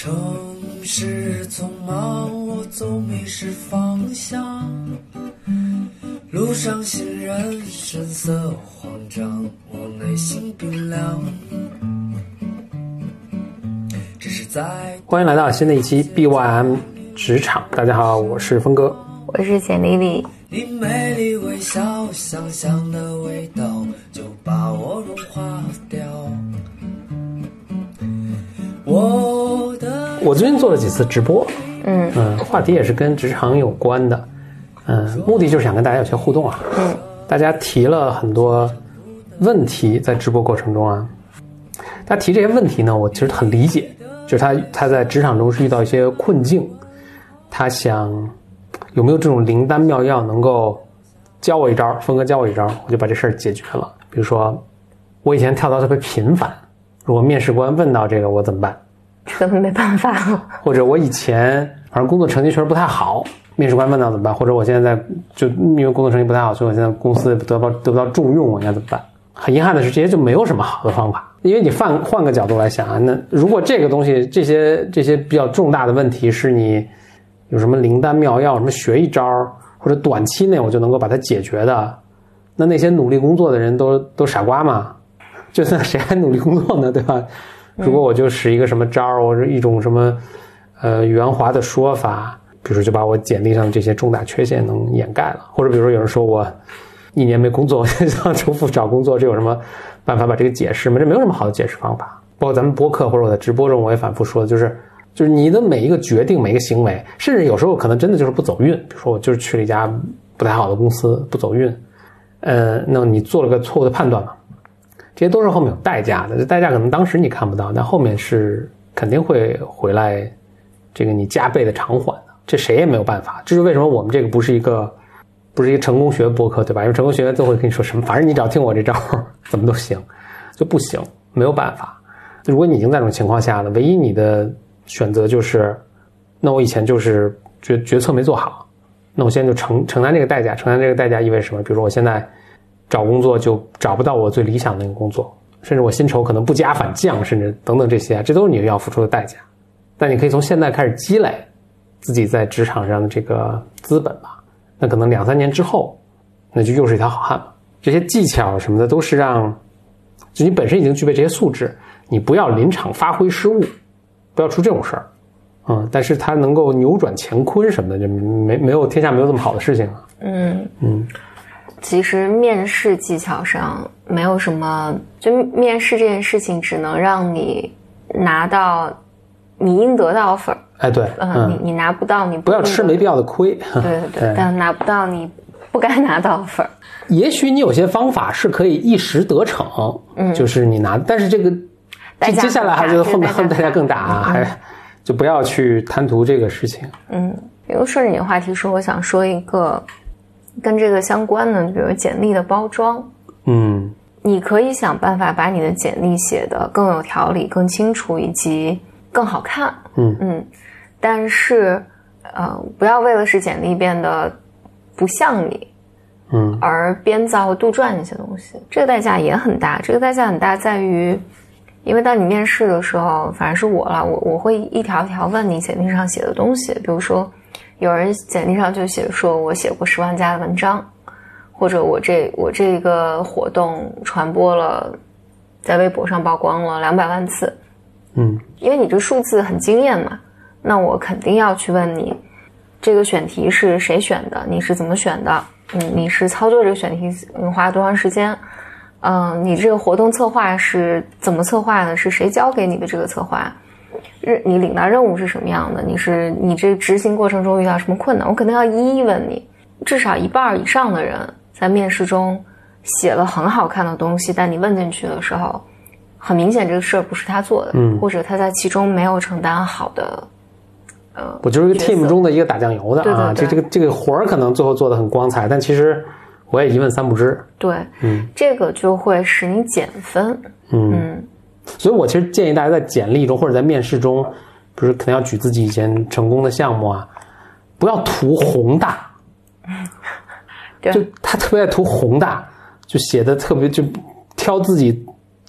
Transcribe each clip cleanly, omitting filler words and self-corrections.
城市匆忙，我总迷失方向，路上行人神色慌张，我内心冰凉。只是在欢迎来到新的一期 BYM 职场，大家好，我是峰哥， 我是简丽丽。 你美丽微笑，香香的味道就把我融化掉。 我最近做了几次直播，话题也是跟职场有关的，目的就是想跟大家有些互动啊。大家提了很多问题在直播过程中啊，大家提这些问题呢，我其实很理解，就是他在职场中是遇到一些困境，他想有没有这种灵丹妙药能够教我一招，峰哥教我一招，我就把这事儿解决了。比如说我以前跳槽特别频繁，如果面试官问到这个我怎么办？ 根本没办法了。 或者我以前反正工作成绩确实不太好，面试官问到怎么办？或者我现在就因为工作成绩不太好，所以我现在公司得不到重用，我应该怎么办？很遗憾的是，这些就没有什么好的方法。因为你换个角度来想啊，那如果这个东西这些比较重大的问题是你有什么灵丹妙药，什么学一招或者短期内我就能够把它解决的，那些努力工作的人都傻瓜吗？就算谁还努力工作呢，对吧？如果我就使一个什么招，或者一种什么圆滑的说法，比如说就把我简历上这些重大缺陷能掩盖了，或者比如说有人说我1年没工作，我现在想重复找工作，这有什么办法把这个解释吗？这没有什么好的解释方法。包括咱们播客或者我在直播中我也反复说的，就是你的每一个决定，每一个行为，甚至有时候可能真的就是不走运。比如说我就是去了一家不太好的公司，不走运，那你做了个错误的判断嘛，这些都是后面有代价的，这代价可能当时你看不到，但后面是肯定会回来，这个你加倍的偿还的，这谁也没有办法。这是为什么我们这个不是一个成功学播客，对吧？因为成功学都会跟你说什么，反正你只要听我这招怎么都行，就不行，没有办法。如果你已经在这种情况下了，唯一你的选择就是，那我以前就是决策没做好，那我现在就承担这个代价。承担这个代价意味着什么？比如说我现在找工作就找不到我最理想的那个工作，甚至我薪酬可能不加反降，甚至等等这些，这都是你要付出的代价。但你可以从现在开始积累自己在职场上的这个资本吧，那可能2-3年之后，那就又是一条好汉了。这些技巧什么的都是就你本身已经具备这些素质，你不要临场发挥失误，不要出这种事儿。但是它能够扭转乾坤什么的，就没有天下没有这么好的事情了。 其实面试技巧上没有什么，就面试这件事情只能让你拿到你应得到分。 对， 你拿不到，你不要吃没必要的亏。 对，但拿不到你不该拿到分。也许你有些方法是可以一时得逞，就是你拿，但是这个接下来还是后面代价更大啊，还就不要去贪图这个事情。 比如顺着你的话题说，我想说一个跟这个相关的，比如简历的包装。你可以想办法把你的简历写得更有条理、更清楚以及更好看。但是不要为了使简历变得不像你，而编造和杜撰一些东西，这个代价也很大。这个代价很大在于，因为当你面试的时候，反正是我了，我会一条一条问你简历上写的东西。比如说有人简历上就写说我写过10万加的文章，或者我这个活动传播了，在微博上曝光了200万次。因为你这数字很惊艳嘛，那我肯定要去问你，这个选题是谁选的？你是怎么选的？你是操作这个选题你花了多长时间？你这个活动策划是怎么策划的？是谁教给你的这个策划？你领到任务是什么样的？你这执行过程中遇到什么困难？我肯定要一一问你。至少1半以上的人在面试中写了很好看的东西，但你问进去的时候，很明显这个事儿不是他做的，或者他在其中没有承担好的。 我就是一个 team 中的一个打酱油的啊， 对， 这个活儿可能最后做得很光彩，但其实我也一问3不知。 对，这个就会使你减分。 所以我其实建议大家在简历中或者在面试中，不是可能要举自己以前成功的项目啊，不要图宏大。就他特别爱图宏大，就写的特别，就挑自己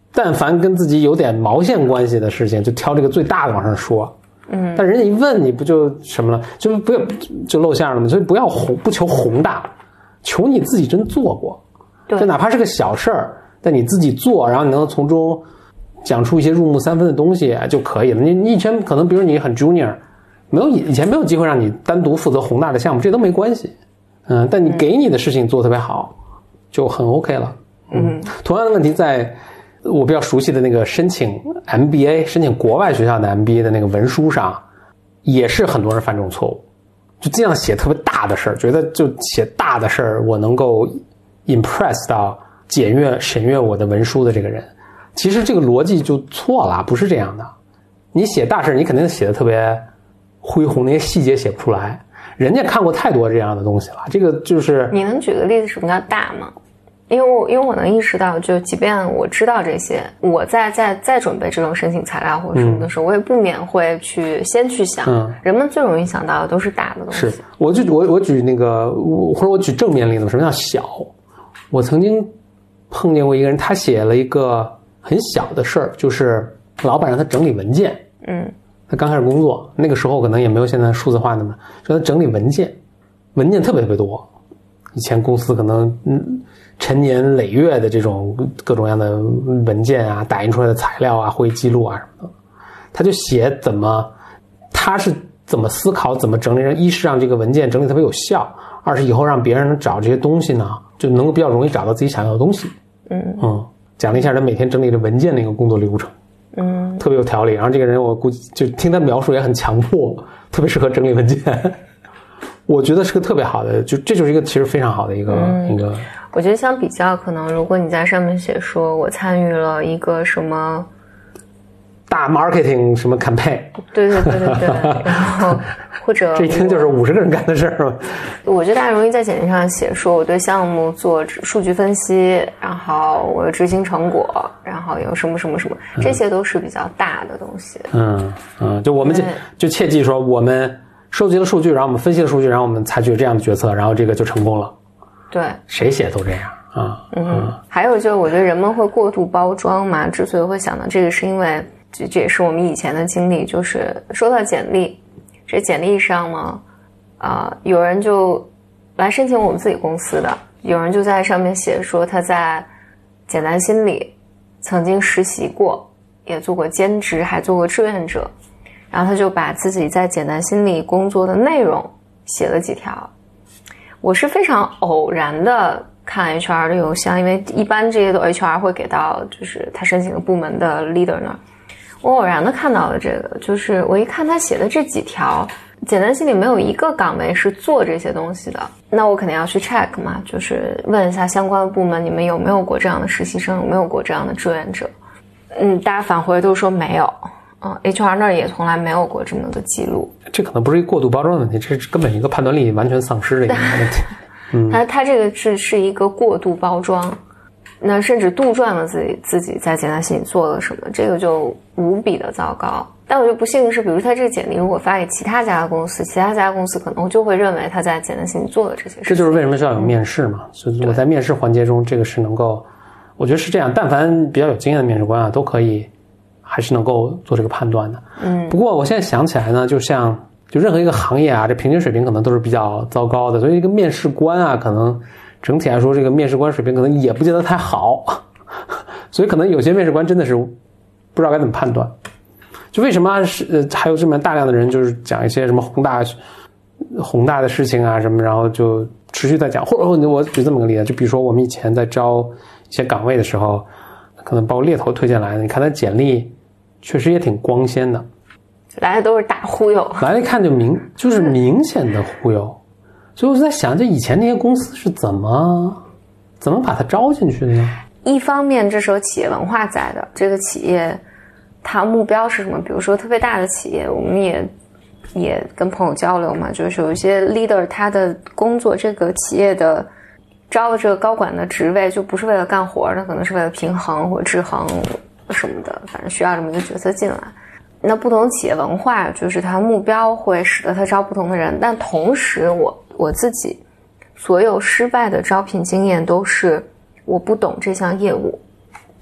但凡跟自己有点毛线关系的事情，就挑这个最大的往上说。但人家一问你不就什么了，就不要就露馅了吗？所以不要不求宏大，求你自己真做过。就哪怕是个小事儿，但你自己做，然后你能从中讲出一些入木三分的东西就可以了。你以前可能比如你很 junior， 以前没有机会让你单独负责宏大的项目，这都没关系。但你给你的事情做特别好，就很 OK 了。同样的问题在我比较熟悉的那个申请 MBA 申请国外学校的 MBA 的那个文书上，也是很多人犯这种错误，就尽量写特别大的事儿，觉得就写大的事儿我能够 impress 到审阅我的文书的这个人。其实这个逻辑就错了，不是这样的。你写大事你肯定写的特别恢宏，那些细节写不出来，人家看过太多这样的东西了。这个就是你能举个例子什么叫大吗？因为我能意识到，就即便我知道这些，我在准备这种申请材料或者什么的时候，我也不免会先去想，人们最容易想到的都是大的东西。 是，我举那个，或者我举正面例子，什么叫小？我曾经碰见过一个人，他写了一个很小的事儿，就是老板让他整理文件。他刚开始工作，那个时候可能也没有现在数字化那么，说他整理文件特别特别多。以前公司可能陈年累月的这种各种各样的文件啊，打印出来的材料啊，会议记录啊什么的，他就写他是怎么思考，怎么整理，一是让这个文件整理特别有效，二是以后让别人能找这些东西呢，就能够比较容易找到自己想要的东西。讲了一下他每天整理的文件的一个工作流程，特别有条理。然后这个人我估计就听他描述也很强迫，特别适合整理文件。我觉得是个特别好的，这就是一个其实非常好的一个。 我觉得相比较，可能如果你在上面写说我参与了一个什么大 marketing 什么 campaign， 对，然后或者这一听就是50个人干的事儿。 我觉得大家容易在简历上写说我对项目做数据分析，然后我有执行成果，然后有什么什么什么，这些都是比较大的东西。 就我们就切记说我们收集了数据，然后我们分析了数据，然后我们采取了这样的决策，然后这个就成功了。 对， 谁写都这样啊。 还有就是我觉得人们会过度包装嘛，之所以会想到这个，是因为这也是我们以前的经历，就是说到简历，这简历上呢，有人就来申请我们自己公司的，有人就在上面写说他在简单心理曾经实习过，也做过兼职，还做过志愿者，然后他就把自己在简单心理工作的内容写了几条。我是非常偶然的看 HR 的邮箱，因为一般这些都 HR 会给到就是他申请的部门的 leader 那儿。我偶然的看到了这个，就是我一看他写的这几条，简单心理没有一个岗位是做这些东西的，那我肯定要去 check 嘛，就是问一下相关的部门，你们有没有过这样的实习生，有没有过这样的志愿者。大家返回都说没有。HR 那儿也从来没有过这么个记录。这可能不是一个过度包装的问题，这是根本一个判断力完全丧失的一个问题。他这个是一个过度包装，那甚至杜撰了自己在简单心理做了什么，这个就无比的糟糕。但我觉得不幸的是，比如他这个简历如果发给其他家公司，其他家公司可能就会认为他在简单心理做了这些事情。 这就是为什么需要有面试嘛。所以我在面试环节中，这个是能够，我觉得是这样，但凡比较有经验的面试官都可以。还是能够做这个判断的。不过我现在想起来呢，就任何一个行业啊，这平均水平可能都是比较糟糕的，所以一个面试官啊，可能整体来说这个面试官水平可能也不见得太好，所以可能有些面试官真的是不知道该怎么判断。就为什么还有这么大量的人就是讲一些什么宏大的事情啊什么，然后就持续在讲。或者我举这么个例子，就比如说我们以前在招一些岗位的时候，可能包括猎头推荐来的，你看他简历确实也挺光鲜的， 来的都是大忽悠， 来了一看就是明显的忽悠。所以我就在想，这以前那些公司是怎么把它招进去的呢？ 一方面这是有企业文化在的，这个企业它目标是什么？比如说特别大的企业，我们也跟朋友交流嘛，就是有一些 leader 他的工作，这个企业的招的这个高管的职位就不是为了干活的，可能是为了平衡或制衡什么的，反正需要这么一个角色进来。那不同企业文化就是它目标会使得它招不同的人，但同时我自己所有失败的招聘经验都是我不懂这项业务，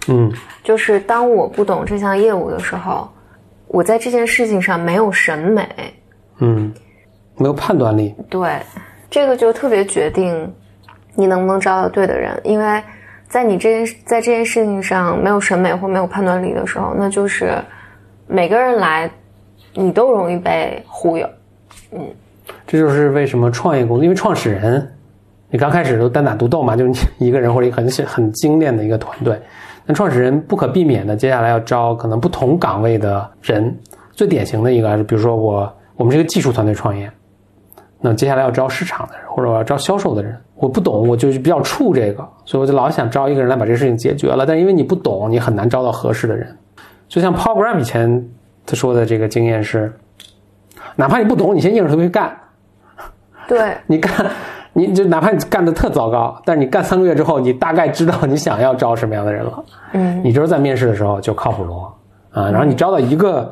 就是当我不懂这项业务的时候，我在这件事情上没有审美， 没有判断力。 对，这个就特别决定你能不能招到对的人，因为在这件事情上没有审美或没有判断力的时候，那就是每个人来你都容易被忽悠。 这就是为什么创业公司，因为创始人你刚开始都单打独斗嘛，就是你一个人或者一个很精炼的一个团队，那创始人不可避免的接下来要招可能不同岗位的人。最典型的一个是比如说我们是一个技术团队创业，那接下来要招市场的人或者我要招销售的人，我不懂，我就比较怵这个，所以我就老想招一个人来把这个事情解决了，但因为你不懂，你很难招到合适的人。就像 Paul Graham 以前他说的这个经验是，哪怕你不懂，你先硬着头皮干。 对， 你就哪怕你干得特糟糕，但是你干3个月之后，你大概知道你想要招什么样的人了。你就是在面试的时候就靠谱多啊，然后你招到一个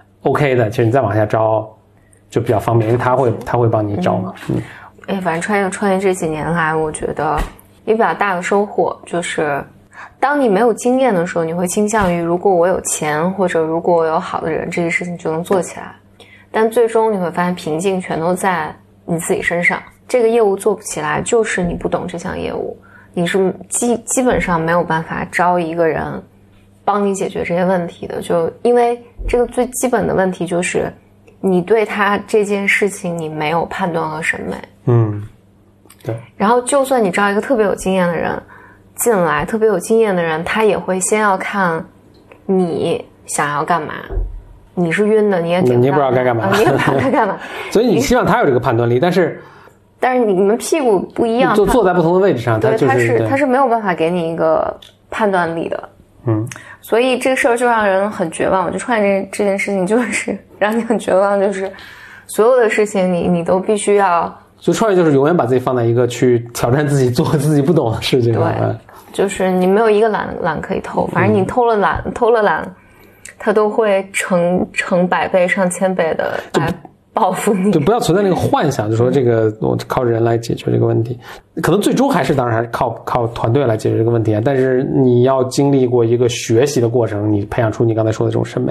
OK 的，其实你再往下招就比较方便，因为他会帮你招嘛。 反正创业这几年来，我觉得也比较大的收获就是，当你没有经验的时候，你会倾向于如果我有钱或者如果我有好的人，这些事情就能做起来。但最终你会发现瓶颈全都在你自己身上。这个业务做不起来，就是你不懂这项业务，你是基本上没有办法招一个人帮你解决这些问题的。就因为这个最基本的问题就是你对他这件事情你没有判断和审美。 对。 然后就算你招一个特别有经验的人进来，特别有经验的人他也会先要看你想要干嘛，你是晕的，你也不知道该干嘛，你也不知道该干嘛。 所以你希望他有这个判断力，但是你们屁股不一样， 坐在不同的位置上， 对，他是没有办法给你一个判断力的。所以这个事儿就让人很绝望。我就创业这件事情就是让你很绝望，就是所有的事情你都必须要。 所以创业就是永远把自己放在一个去挑战自己、做自己不懂的事情上。 对，就是你没有一个懒可以偷，反正你偷了懒，它都会成百倍、上千倍的来报复你。 就不要存在那个幻想，就说这个我靠人来解决这个问题，可能最终当然还是靠团队来解决这个问题啊。但是你要经历过一个学习的过程，你培养出你刚才说的这种审美。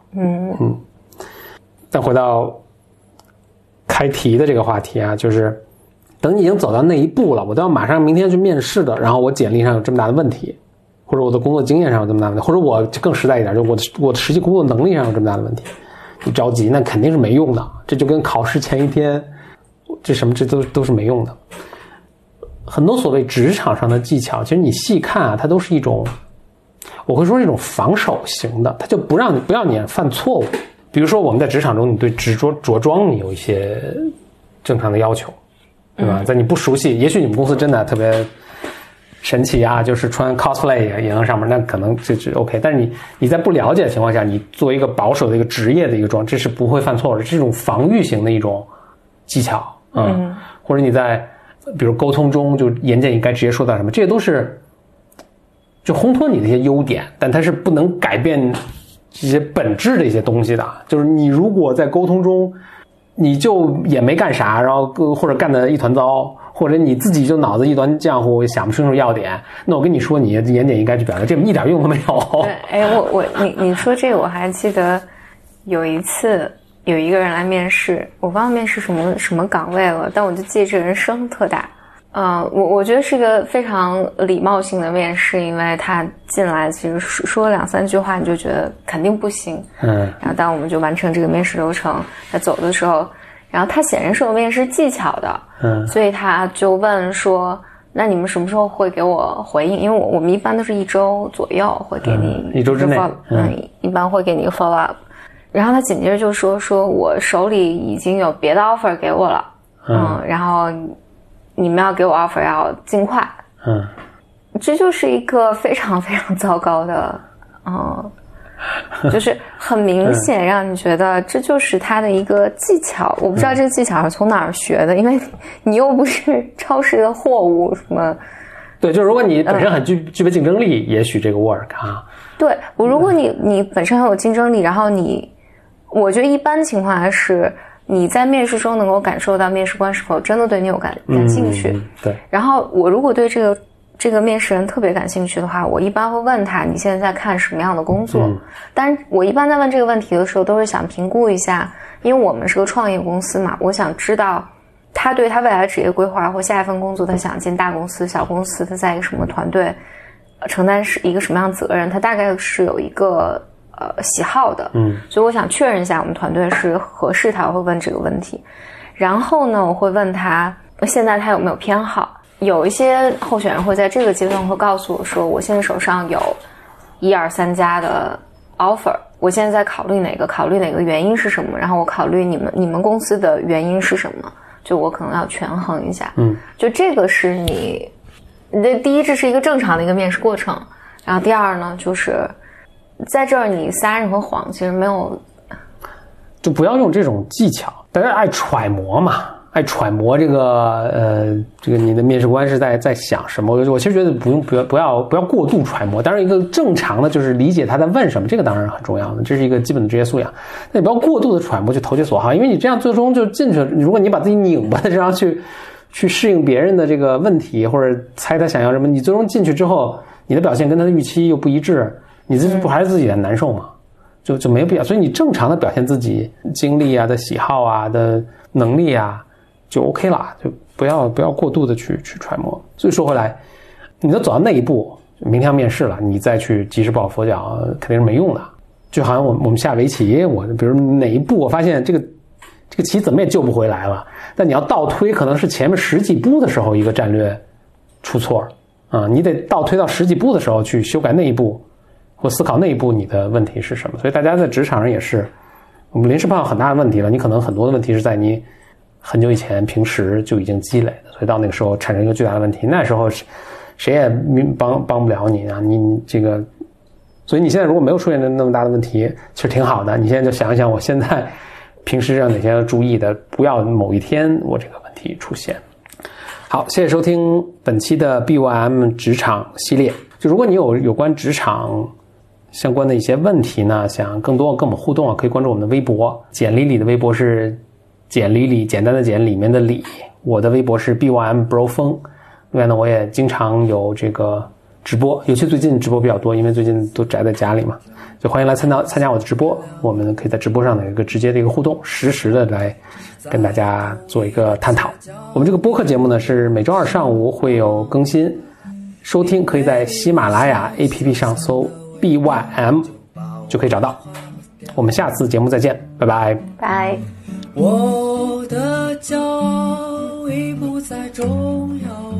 但回到开题的这个话题啊，就是等你已经走到那一步了，我都要马上明天去面试的，然后我简历上有这么大的问题，或者我的工作经验上有这么大的问题，或者我更实在一点，就我的实际工作能力上有这么大的问题，你着急那肯定是没用的。这就跟考试前一天这都是没用的。很多所谓职场上的技巧，其实你细看啊，它都是一种，我会说是一种防守型的，它就不要你犯错误。比如说我们在职场中，你对着装你有一些正常的要求，对吧？在你不熟悉，也许你们公司真的特别神奇啊，就是穿 cosplay 也能上门，那可能这 OK。但是你在不了解的情况下，你作为一个保守的一个职业的一个装，这是不会犯错的，这种防御型的一种技巧。或者你在比如沟通中就言简意赅，直接说到什么，这些都是就烘托你的一些优点，但它是不能改变这些本质的一些东西的。就是你如果在沟通中你就也没干啥，然后或者干得一团糟，或者你自己就脑子一团浆糊，想不清楚要点，那我跟你说你言简意赅去表达，这一点用都没有。 对，你说这个我还记得有一次有一个人来面试，我忘了面试什么岗位了，但我就记得这个人声特大。我觉得是个非常礼貌性的面试，因为他进来其实说了2-3句话，你就觉得肯定不行。然后当我们就完成这个面试流程，他走的时候，然后他显然是有面试技巧的，所以他就问说，那你们什么时候会给我回应？因为我们一般都是1周左右会给你 1周之内， 一般会给你一个 follow up。然后他紧接着就说我手里已经有别的 offer 给我了，然后你们要给我 offer 要尽快。这就是一个非常非常糟糕的，就是很明显让你觉得这就是他的一个技巧。我不知道这个技巧是从哪儿学的，因为你又不是超市的货物什么。 对，就是如果你本身很具备竞争力，也许这个 work 啊。 对，如果你本身很有竞争力，然后我觉得一般情况下是你在面试中能够感受到面试官是否真的对你有感兴趣。 对。 然后我如果对这个这个面试人特别感兴趣的话，我一般会问他你现在在看什么样的工作。但是我一般在问这个问题的时候，都是想评估一下，因为我们是个创业公司嘛，我想知道他对他未来职业规划或下一份工作，他想进大公司、小公司，他在一个什么团队，承担是一个什么样的责任，他大概是有一个喜好的。所以我想确认一下我们团队是合适他，我会问这个问题。然后呢，我会问他现在他有没有偏好。有一些候选人会在这个阶段会告诉我说，我现在手上有1、2、3家的 offer， 我现在在考虑哪个，考虑哪个原因是什么，然后我考虑你们公司的原因是什么，就我可能要权衡一下。就这个是你第一，这是一个正常的一个面试过程，然后第二呢，就是在这儿你撒任何谎其实没有， 就不要用这种技巧，大家爱揣摩嘛。爱揣摩这个你的面试官是在想什么？我其实觉得不要过度揣摩。当然，一个正常的就是理解他在问什么，这个当然很重要的，这是一个基本的职业素养。那你不要过度的揣摩，去投其所好，因为你这样最终就进去了。如果你把自己拧巴的这样去适应别人的这个问题，或者猜他想要什么，你最终进去之后，你的表现跟他的预期又不一致，你这不还是自己很难受吗？就没有必要。所以你正常的表现自己经历啊的喜好啊的能力啊。就 OK 啦，就不要过度的去揣摩。所以说回来，你都走到那一步，明天要面试了，你再去及时抱佛脚，肯定是没用的。就好像我们下围棋，比如哪一步我发现这个棋怎么也救不回来了，但你要倒推，可能是前面10几步的时候一个战略出错啊，你得倒推到10几步的时候去修改那一步，或思考那一步你的问题是什么。所以大家在职场上也是，我们临时碰到很大的问题了，你可能很多的问题是在你很久以前平时就已经积累的，所以到那个时候产生一个巨大的问题，那时候谁也帮不了你啊！你这个，所以你现在如果没有出现那么大的问题，其实挺好的。你现在就想一想，我现在平时有哪些要注意的，不要某一天我这个问题出现。好，谢谢收听本期的 BYM 职场系列。就如果你有关职场相关的一些问题呢，想更多跟我们互动啊，可以关注我们的微博，简历里的微博是简历里简单的简里面的里，我的微博是 BYM Bro 风。另外呢，我也经常有这个直播，尤其最近直播比较多，因为最近都宅在家里嘛，就欢迎来参加我的直播。我们可以在直播上有一个直接的一个互动，实时的来跟大家做一个探讨。我们这个播客节目呢是每周2上午会有更新，收听可以在喜马拉雅 APP 上搜 BYM 就可以找到。我们下次节目再见，拜拜。 拜。 我的骄傲已不再重要，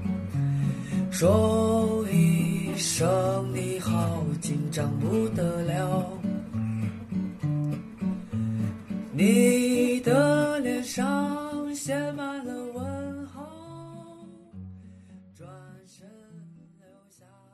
说一声你好紧张不得了，你的脸上写满了问号，转身留下